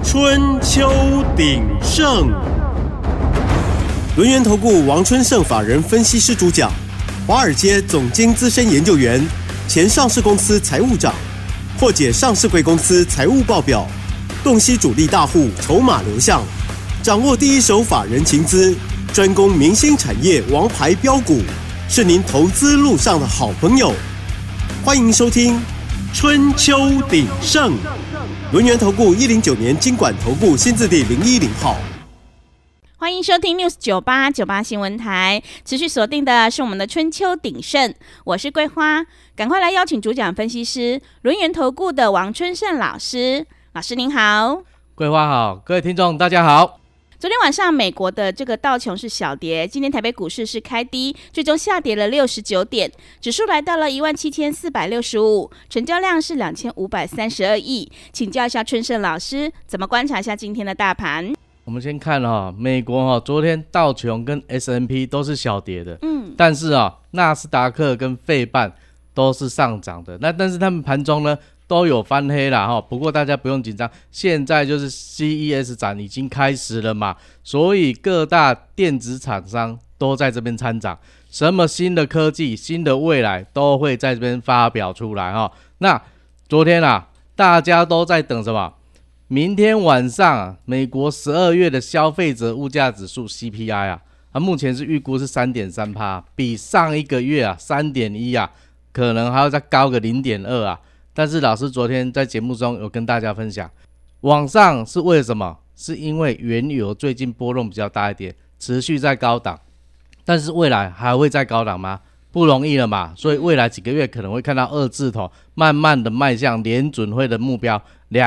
春秋鼎盛。轮源投顾王春盛法人分析师主讲，华尔街总经资深研究员，前上市公司财务长，或解上市贵公司财务报表，洞悉主力大户筹码流向，掌握第一手法人情资，专攻明星产业王牌标股，是您投资路上的好朋友。欢迎收听春秋鼎盛。轮源投顾109年金管投顾新字第010号。 欢迎收听 News 98新闻台，持续锁定的是我们的春秋鼎盛，我是桂花，赶快来邀请主讲分析师轮源投顾的王春盛老师。老师您好。 桂花好，各位听众大家好。 昨天晚上美国的这个道琼是小跌，今天台北股市是开低，最终下跌了69点，指数来到了17465，成交量是2532亿。请教一下春盛老师，怎么观察一下今天的大盘？ 我们先看美国昨天道琼跟 S&P 都是小跌的，但是纳斯达克跟费半都是上涨的。但是他们盘中呢都有翻黑啦，不过大家不用紧张，现在就是 CES 展已经开始了嘛，所以各大电子厂商都在这边参展，什么新的科技、新的未来都会在这边发表出来。那昨天大家都在等什么？明天晚上美国12月的消费者物价指数 CPI 目前是预估是 3.3%， 比上一个月3.1%可能还要再高个 0.2%。但是老师昨天在节目中有跟大家分享，往上是为什么？是因为原油最近波动比较大一点，持续在高档，但是未来还会再高档吗？不容易了嘛，所以未来几个月可能会看到二字头慢慢的迈向联准会的目标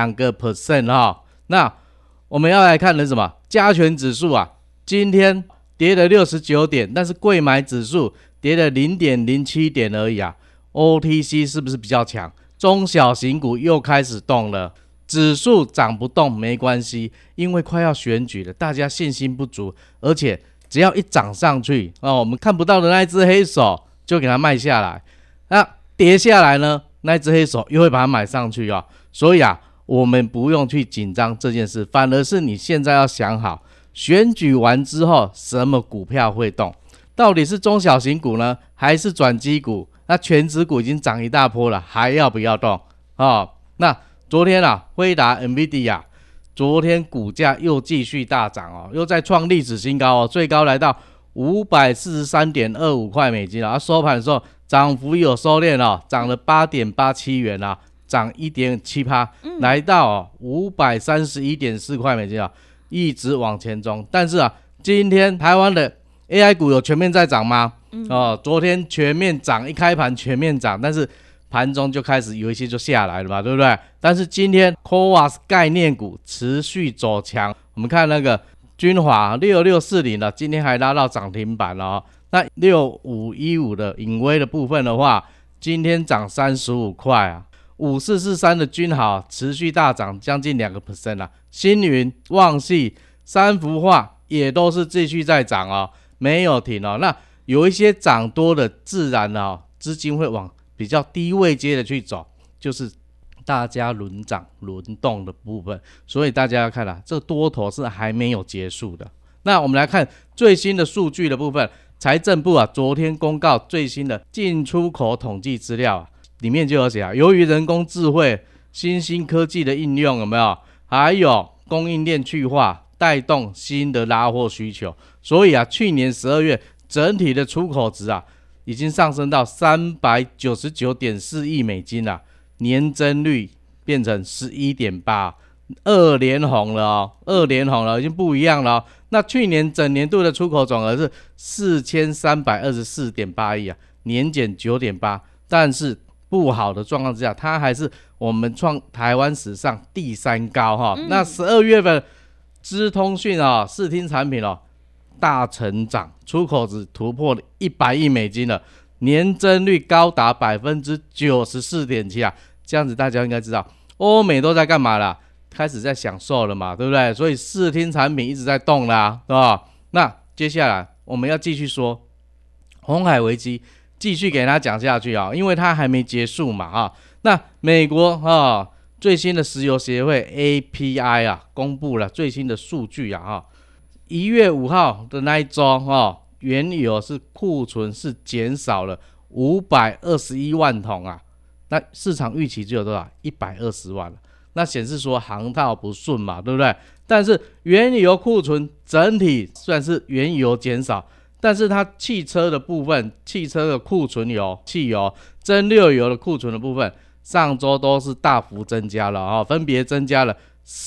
2%。那我们要来看的是什么？加权指数今天跌了69点，但是柜买指数跌了 0.07 点而已OTC 是不是比较强？中小型股又开始动了，指数涨不动没关系，因为快要选举了，大家信心不足，而且只要一涨上去我们看不到的那一只黑手就给它卖下来，那跌下来呢，那一只黑手又会把它买上去所以我们不用去紧张这件事，反而是你现在要想好，选举完之后什么股票会动，到底是中小型股呢，还是转机股？那全指股已经涨一大波了，还要不要动那昨天辉达 NVIDIA 昨天股价又继续大涨又在创历史新高最高来到 543.25 块美金收盘的时候涨幅有收敛涨了 8.87 元涨 1.7%， 来到531.4 块美金一直往前冲。但是今天台湾的 AI 股有全面在涨吗？昨天全面涨，一开盘全面涨，但是盘中就开始有一些就下来了嘛，对不对？但是今天 CoWoS 概念股持续走强，我们看那个君华6640今天还拉到涨停板了那6515的颖威的部分的话，今天涨35块5443的君豪持续大涨将近 2% 星云、旺系、三福化也都是继续在涨没有停那有一些涨多的自然资金会往比较低位阶的去走，就是大家轮涨轮动的部分，所以大家要看这个多头是还没有结束的。那我们来看最新的数据的部分，财政部昨天公告最新的进出口统计资料里面就有写由于人工智慧、新兴科技的应用有没有，还有供应链去化带动新的拉货需求，所以去年12月整体的出口值已经上升到 399.4 亿美金年增率变成 11.8%， 二连红了已经不一样了那去年整年度的出口总额是 4324.8 亿年减 9.8%， 但是不好的状况之下，它还是我们创台湾史上第3高那12月份资通讯视听产品大成长，出口值突破了100亿美金了，年增率高达 94.7%这样子大家应该知道欧美都在干嘛啦，开始在享受了嘛，对不对？所以视听产品一直在动啦，对吧？那接下来我们要继续说鸿海危机，继续给他讲下去因为它还没结束嘛那美国最新的石油协会 API 啊公布了最新的数据啊1月5号的那一周原油是库存是减少了521万桶啊，那市场预期只有多少？120万了。那显示说航道不顺嘛，对不对？但是原油库存整体虽然是原油减少，但是它汽车的部分，汽车的库存油、汽油、蒸馏油的库存的部分，上周都是大幅增加了分别增加了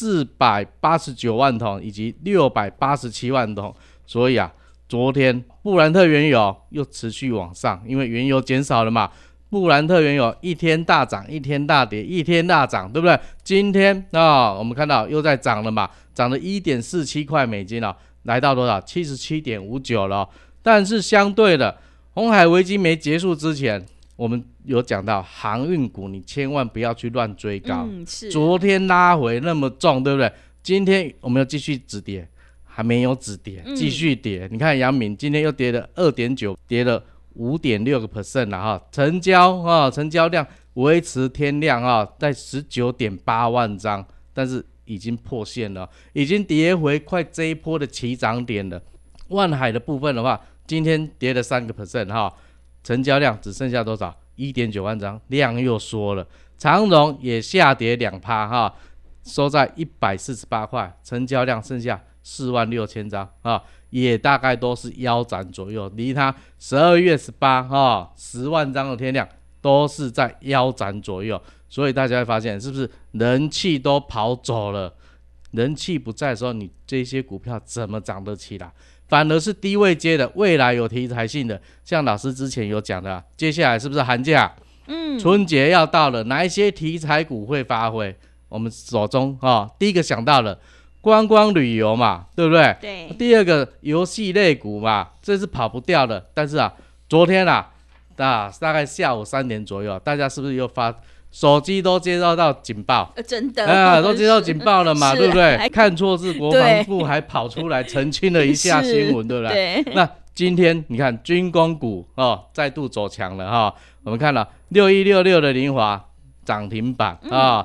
489万桶以及687万桶。所以昨天布兰特原油又持续往上，因为原油减少了嘛。布兰特原油一天大涨，一天大跌，一天大涨，对不对？今天我们看到又在涨了嘛，涨了 1.47 块美金来到多少 77.59 了但是相对的，红海危机没结束之前，我们有讲到航运股你千万不要去乱追高昨天拉回那么重，对不对？今天我们要继续止跌，还没有止跌，继续跌你看阳明今天又跌了 2.9， 跌了 5.6% 了成交量维持天量在 19.8 万张，但是已经破线了，已经跌回快这一波的起涨点了。万海的部分的话，今天跌了 3% 成交量只剩下多少 1.9 万张，量又缩了。长荣也下跌 2% 收在148块，成交量剩下46000张也大概都是腰斩左右，离它12月18 10万张的天量都是在腰斩左右。所以大家会发现是不是人气都跑走了，人气不在的时候，你这些股票怎么涨得起来？反而是低位接的，未来有题材性的，像老师之前有讲的接下来是不是寒假春节要到了，哪一些题材股会发挥？我们手中第一个想到了观光旅游嘛，对不对？ 对。 第二个游戏类股嘛，这是跑不掉的。但是昨天大概下午3点左右，大家是不是又手机都接到警报？ 真的都接到警报了嘛，对不对？看错是国防部还跑出来澄清了一下新闻，对不对？那今天你看军工股再度走强了我们看了6166的凌华涨停板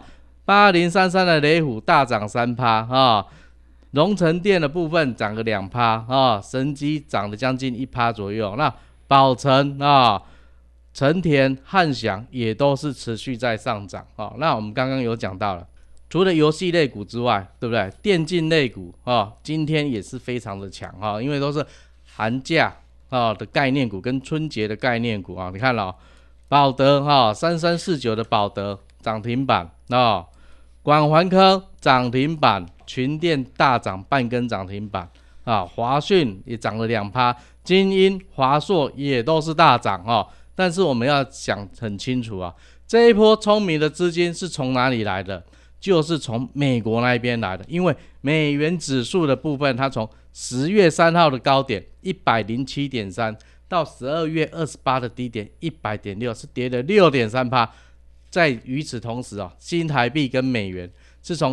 8033的雷虎大涨 3% 荣成电的部分涨个 2% 神基涨了将近 1% 左右。那宝成成田、汉翔也都是持续在上涨那我们刚刚有讲到了，除了游戏类股之外，对不对？电竞类股今天也是非常的强因为都是寒假的概念股跟春节的概念股你看宝德3349的宝德涨停板广环科涨停板，群电大涨半根涨停板华讯也涨了 2%， 精英、华硕也都是大涨但是我们要想很清楚这一波聪明的资金是从哪里来的？就是从美国那边来的，因为美元指数的部分，它从10月3号的高点 107.3 到12月28的低点 100.6 是跌了 6.3%。在与此同时新台币跟美元是从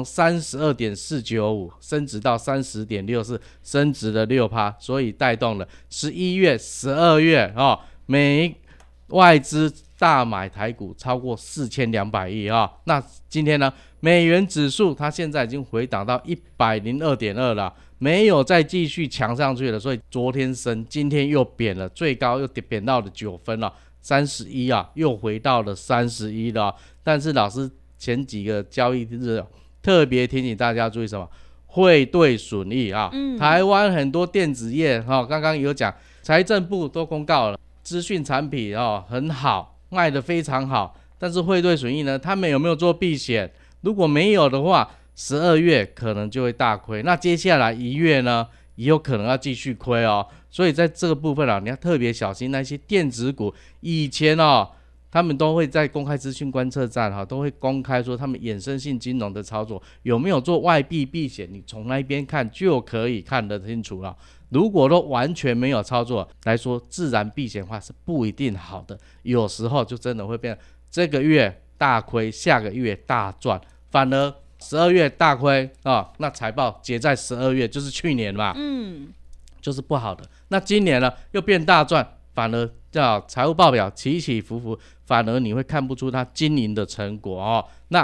32.495 升值到 30.6， 是升值了 6%， 所以带动了11月12月外资大买台股超过4200亿那今天呢，美元指数它现在已经回档到 102.2 了，没有再继续强上去了，所以昨天升，今天又贬了，最高又贬到了9分了31又回到了31了但是老师前几个交易日特别提醒大家注意什么？汇兑损益台湾很多电子业刚刚有讲，财政部都公告了资讯产品很好，卖得非常好，但是汇兑损益呢，他们有没有做避险？如果没有的话，12月可能就会大亏，那接下来1月呢也有可能要继续亏所以在这个部分你要特别小心那些电子股。以前他们都会在公开资讯观测站都会公开说他们衍生性金融的操作有没有做外币避险，你从那边看就可以看得清楚了。如果都完全没有操作来说，自然避险化是不一定好的，有时候就真的会变成这个月大亏，下个月大赚，反而12月大亏那财报结在12月就是去年嘛就是不好的。那今年呢又变大赚，反而叫财务报表起起伏伏，反而你会看不出它经营的成果那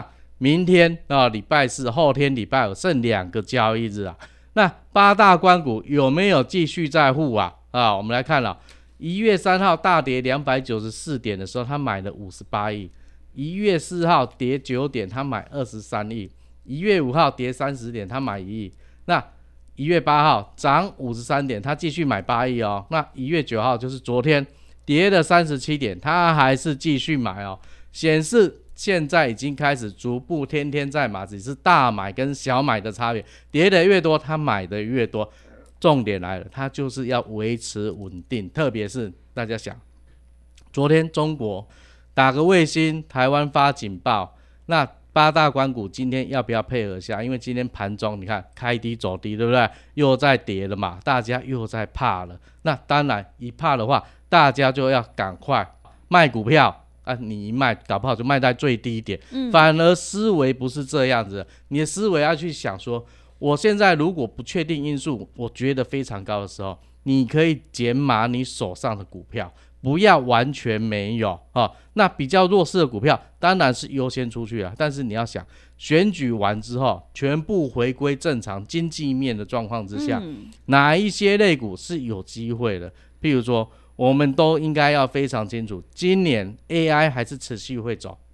明天礼拜四，后天礼拜五，剩2个交易日啊。那8大官股有没有继续在护啊？我们来看了，1月3号大跌294点的时候，他买了58亿；1月4号跌9点，他买23亿；1月5号跌30点，他买1亿。那1月8号涨53点，他继续买8亿哦。那1月9号就是昨天跌了37点，他还是继续买哦，显示现在已经开始逐步天天在买，只是大买跟小买的差别，跌的越多他买的越多。重点来了，他就是要维持稳定，特别是大家想，昨天中国打个卫星，台湾发警报，那8大官股今天要不要配合下？因为今天盘中你看开低走低，对不对？又在跌了嘛，大家又在怕了。那当然一怕的话，大家就要赶快卖股票啊！你一卖，搞不好就卖在最低点。反而思维不是这样子的，你的思维要去想说，我现在如果不确定因素，我觉得非常高的时候，你可以减码你手上的股票。不要完全没有那比较弱势的股票当然是优先出去了，但是你要想，选举完之后全部回归正常经济面的状况之下，哪一些类股是有机会的？譬如说我们都应该要非常清楚，今年 AI 还是持续会走，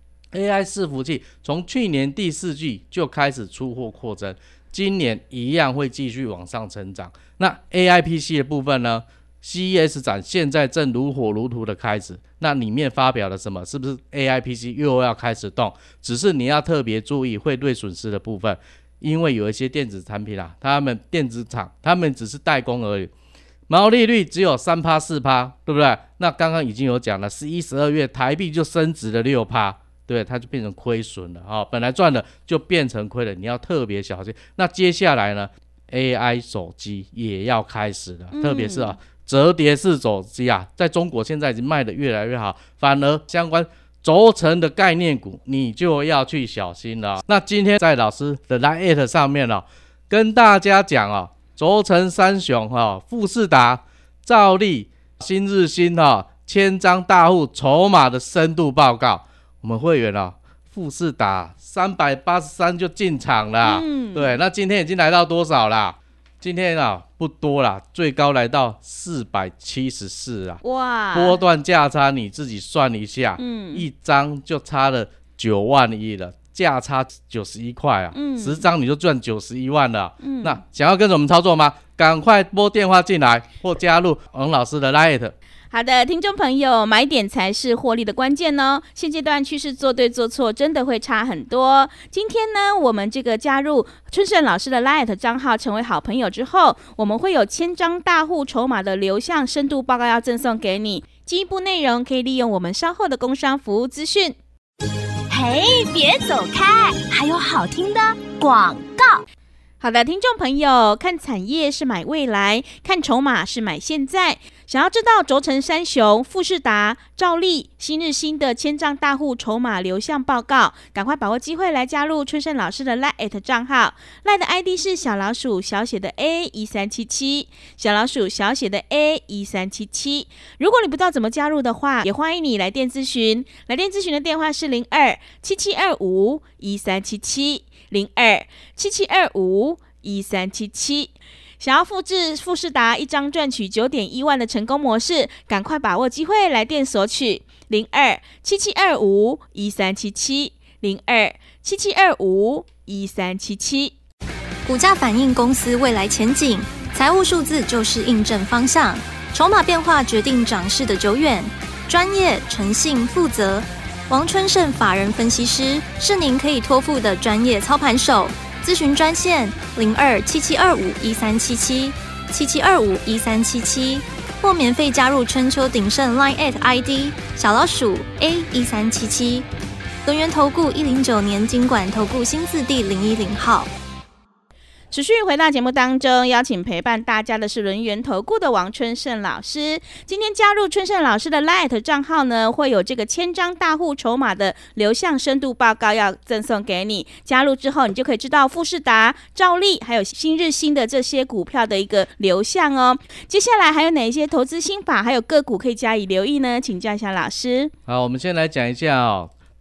AI 伺服器从去年第4季就开始出货扩增，今年一样会继续往上成长。那 AI PC 的部分呢，CES 展现在正如火如荼的开始，那里面发表了什么？是不是 AI PC 又要开始动？只是你要特别注意汇兑损失的部分，因为有一些电子产品他们电子厂他们只是代工而已，毛利率只有 3%、4%， 对不对？那刚刚已经有讲了，11、12月台币就升值了 6%， 对，它就变成亏损了本来赚的就变成亏了，你要特别小心。那接下来呢 AI 手机也要开始了，特别是折叠式手机在中国现在已经卖得越来越好，反而相关轴承的概念股你就要去小心了。那今天在老师的 LINE@ 上面跟大家讲轴承三雄富士达、兆利、新日新千张大户筹码的深度报告，我们会员富士达383就进场了，对，那今天已经来到多少啦？今天不多啦，最高来到474啦，哇！波段价差你自己算一下，一张就差了9万1了，价差91块10张你就赚91万了。那想要跟着我们操作吗？赶快拨电话进来或加入王老师的 LINE。 好的，听众朋友，买点才是获利的关键哦。现阶段趋势做对做错真的会差很多。今天呢，我们这个加入春盛老师的 LINE 账号成为好朋友之后，我们会有千张大户筹码的流向深度报告要赠送给你。进一步内容可以利用我们稍后的工商服务资讯。 嘿，别走开，还有好听的广告。 好的，听众朋友，看产业是买未来，看筹码是买现在。想要知道轴承三雄富士达、兆利、新日新的千张大户筹码流向报告，赶快把握机会来加入春盛老师的 LINE@ 账号。LINE 的 ID 是小老鼠小写的 A1377， 小老鼠小写的 A1377。如果你不知道怎么加入的话，也欢迎你来电咨询。来电咨询的电话是02-7725-1377，02-7725-1377。想要复制富士达一张赚取 9.1 万的成功模式，赶快把握机会来电索取。02-7725-1377， 02-7725-1377。 股价反映公司未来前景，财务数字就是印证方向，筹码变化决定涨势的久远。专业、诚信、负责，王春盛法人分析师是您可以托付的专业操盘手。咨询专线02-7725-1377 7725-1377，或免费加入春秋鼎盛 LINE@ ID 小老鼠 A1377。轮源投顾109年金管投顾新字第010号。 持续回到节目当中，邀请陪伴大家的是轮源投顾的王春盛老师。今天加入春盛老师的 LINE 账号呢，会有这个千张大户筹码的流向深度报告要赠送给你。加入之后，你就可以知道富士达、兆利还有新日新的这些股票的一个流向哦。接下来还有哪一些投资心法，还有个股可以加以留意呢？请教一下老师。 好，我们先来讲一下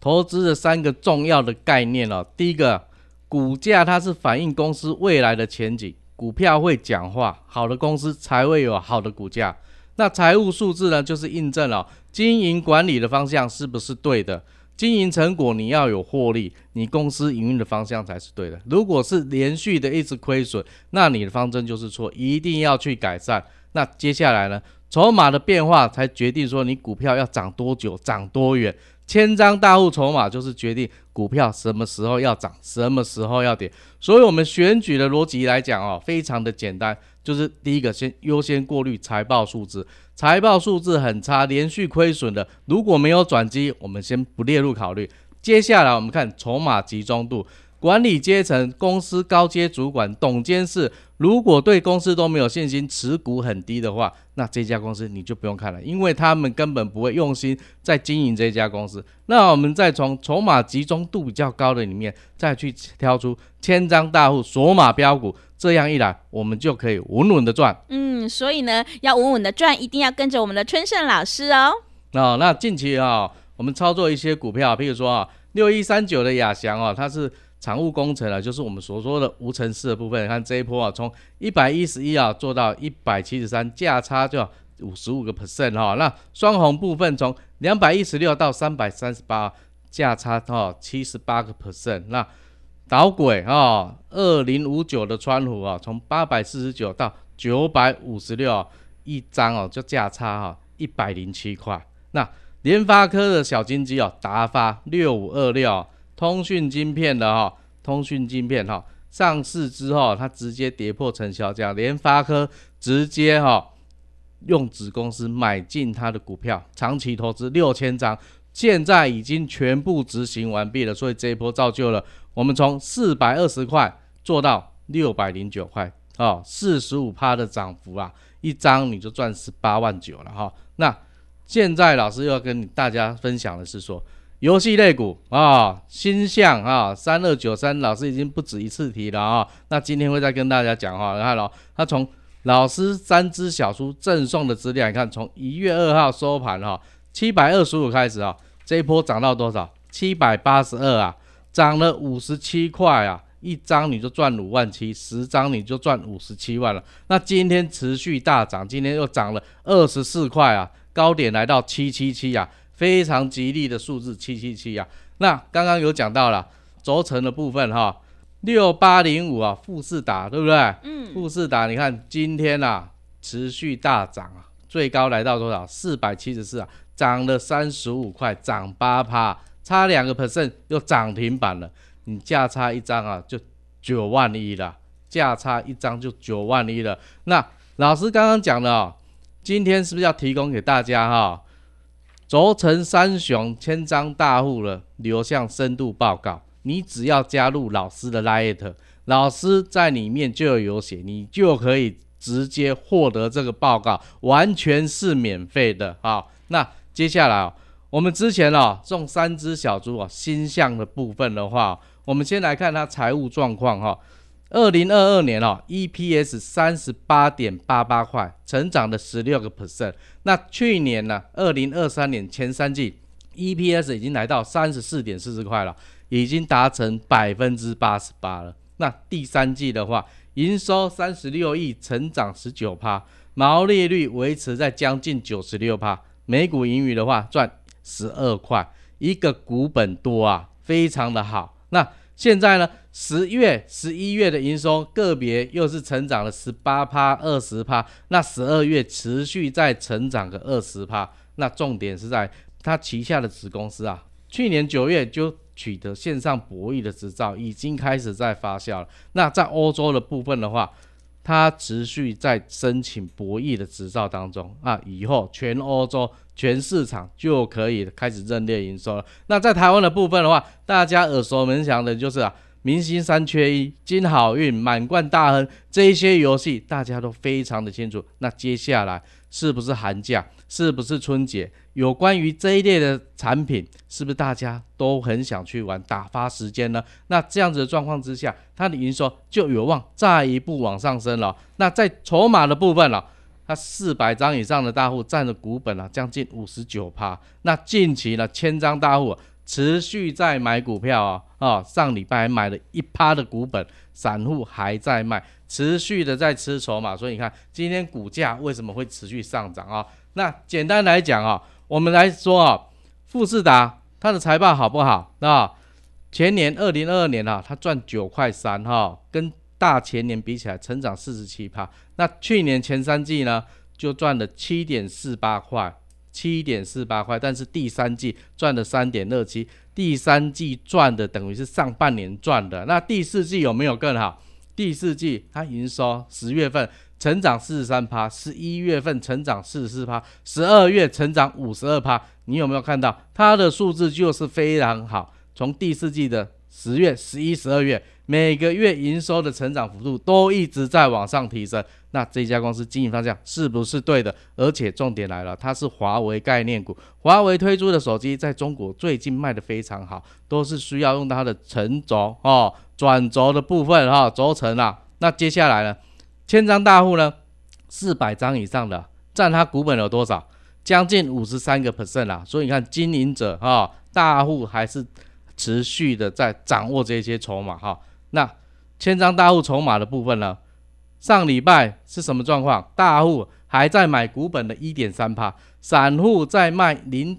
投资的3个重要的概念第一个，股价它是反映公司未来的前景，股票会讲话，好的公司才会有好的股价。那财务数字呢，就是印证经营管理的方向是不是对的，经营成果你要有获利，你公司营运的方向才是对的。如果是连续的一直亏损，那你的方针就是错，一定要去改善。那接下来呢，筹码的变化才决定说你股票要涨多久，涨多远。千张大户筹码就是决定股票什么时候要涨，什么时候要跌。所以我们选举的逻辑来讲非常的简单，就是第一个先优先过滤财报数字，财报数字很差，连续亏损的，如果没有转机，我们先不列入考虑。接下来我们看筹码集中度，管理阶层、公司高阶主管、董监事，如果对公司都没有信心，持股很低的话，那这家公司你就不用看了，因为他们根本不会用心在经营这家公司。那我们再从筹码集中度比较高的里面，再去挑出千张大户锁码标股，这样一来，我们就可以稳稳的赚。 所以呢，要稳稳的赚，一定要跟着我们的春盛老师那近期我们操作一些股票，譬如说6139的亚翔它是产物工程就是我们所说的无尘室的部分。你看这一波从111做到173，价差就55%那双红部分从216到338，价差78%。那导轨2059的川湖从849到956，一张就价差107块。那联发科的小金鸡达发6526，通讯晶片的通讯晶片上市之后，它直接跌破承销价，联发科直接用子公司买进它的股票，长期投资6000张，现在已经全部执行完毕了。所以这一波造就了我们从420块做到609块，45% 的涨幅一张你就赚18万9了那现在老师要跟大家分享的是说，游戏类股星象3293，老师已经不止一次提了那今天会再跟大家讲然后他从老师3只小书赠送的资料，你看从1月2号收盘725开始这一波涨到多少？782涨了57块一张你就赚5万7，10张你就赚57万了。那今天持续大涨，今天又涨了24块高点来到777非常吉利的数字777那刚刚有讲到了轴承的部分6805富士达，对不对？富士达你看今天持续大涨最高来到多少？474涨了35块，涨8%，差2% 又涨停板了。你价差一张就9万1了，价差一张就9万1了。那老师刚刚讲的今天是不是要提供给大家轴承三雄千张大户的流向深度报告？你只要加入老师的 LINE， 老师在里面就有写，你就可以直接获得这个报告，完全是免费的那接下来我们之前送3只小猪星象的部分的话，我们先来看它财务状况2022年EPS 38.88 块，成长的16%。那去年呢2023年前3季 EPS 已经来到 34.40 块了，已经达成 88% 了。那第3季的话，营收36亿，成长 19%， 毛利率维持在将近 96%， 每股盈余的话赚12块，一个股本多非常的好。那现在呢10月、11月的营收个别又是成长了 18%、20%， 那12月持续在成长个 20%。 那重点是在它旗下的子公司去年9月就取得线上博弈的执照，已经开始在发酵了。那在欧洲的部分的话，它持续在申请博弈的执照当中以后全欧洲全市场就可以开始认列营收了。那在台湾的部分的话，大家耳熟能详的就是明星3缺1、金好运、满贯大亨，这一些游戏大家都非常的清楚。那接下来是不是寒假，是不是春节，有关于这一类的产品，是不是大家都很想去玩，打发时间呢？那这样子的状况之下，它的营收就有望再一步往上升了。那在筹码的部分它400张以上的大户占的股本将近 59%。 那近期呢1000张大户持续在买股票上礼拜还买了1%的股本，散户还在卖，持续的在吃筹码，所以你看今天股价为什么会持续上涨那简单来讲我们来说富士达它的财报好不好前年2022年它赚9.3块跟大前年比起来成长 47%， 那去年前3季呢就赚了 7.48 块，但是第三季赚了 3.27， 第三季赚的等于是上半年赚的。那第四季有没有更好？第四季它营收10月份成长 43%， 11月份成长 44%， 12月成长 52%， 你有没有看到它的数字就是非常好，从第四季的10月、11、12月每个月营收的成长幅度都一直在往上提升，那这家公司经营方向是不是对的？而且重点来了，它是华为概念股，华为推出的手机在中国最近卖得非常好，都是需要用到它的承轴转轴的部分轴承那接下来呢，千张大户呢400张以上的占它股本有多少？将近 53% 所以你看经营者大户还是持续的在掌握这些筹码那千张大户筹码的部分呢，上礼拜是什么状况？大户还在买股本的 1.3%， 散户在卖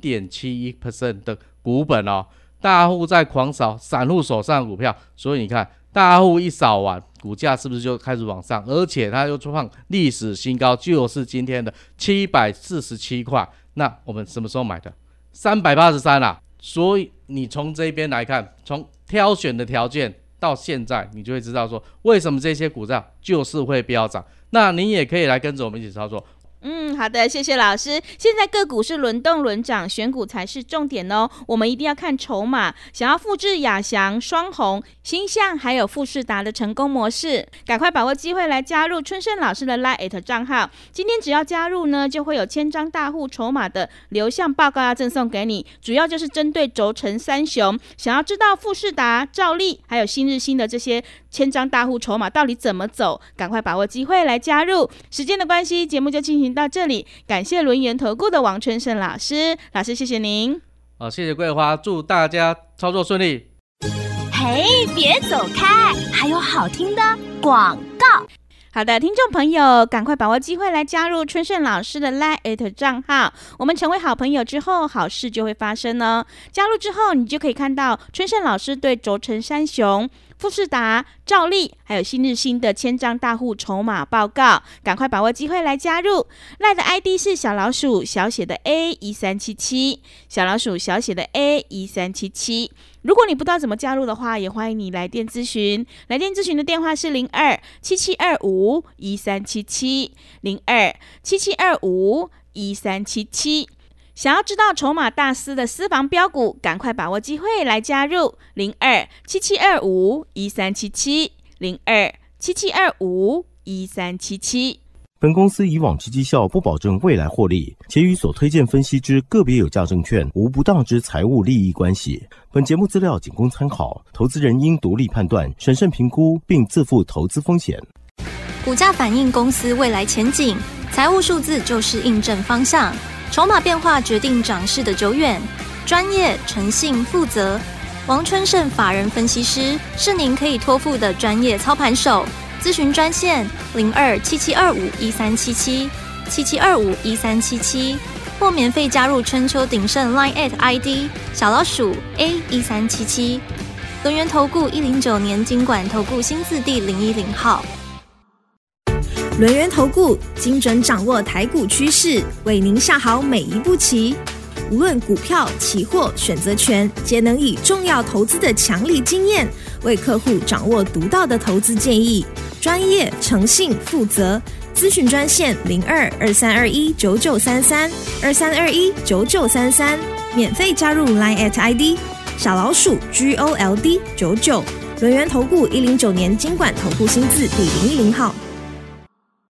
0.71% 的股本大户在狂扫散户手上的股票，所以你看大户一扫完，股价是不是就开始往上？而且它又创历史新高，就是今天的747块。那我们什么时候买的？383所以你从这边来看，从挑选的条件到现在，你就会知道说为什么这些股票就是会飙涨。那你也可以来跟着我们一起操作。 好的，谢谢老师。现在个股是轮动轮涨，选股才是重点我们一定要看筹码。想要复制亚翔、双红、星象还有富士达的成功模式，赶快把握机会来加入春盛老师的 LINE@ 账号。今天只要加入呢，就会有千张大户筹码的流向报告要赠送给你，主要就是针对轴承三雄。想要知道富士达、兆利还有新日新的这些千张大户筹码到底怎么走，赶快把握机会来加入。时间的关系，节目就进行到这里，感谢轮源投顾的王春盛老师，谢谢您。 谢谢桂花，祝大家操作顺利。 嘿，别走开，还有好听的广告。 好的，听众朋友，赶快把握机会来加入春盛老师的 LINE@ 账号。我们成为好朋友之后，好事就会发生加入之后，你就可以看到春盛老师对轴承三雄、富士达、兆利还有新日新的千张大户筹码报告，赶快把握机会来加入。LINE 的 ID 是小老鼠小写的 A1377， 小老鼠小写的 A1377。如果你不知道怎么加入的话，也欢迎你来电咨询。来电咨询的电话是02-7725-1377 02-7725-1377。想要知道筹码大师的私房标股，赶快把握机会来加入02-7725-1377 02-7725-1377。 本公司以往之绩效不保证未来获利，且与所推荐分析之个别有价证券无不当之财务利益关系。本节目资料仅供参考，投资人应独立判断、审慎评估，并自负投资风险。 股价反映公司未来前景，财务数字就是印证方向，筹码变化决定涨势的久远。专业、诚信、负责，王春盛法人分析师是您可以托付的专业操盘手。咨询专线02-7725-1377 7725-1377，或免费加入春秋鼎盛 LINE@ ID 小老鼠 A1377。轮源投顾109年金管投顾新字第010号。 轮源投顾精准掌握台股趋势，为您下好每一步棋。无论股票、期货、选择权，皆能以重要投资的强力经验，为客户掌握独到的投资建议。专业、诚信、负责。咨询专线02-2321-9933 2321-9933，免费加入 LINE@ ID 小老鼠 GOLD99。轮源投顾109年金管投顾新字第010号。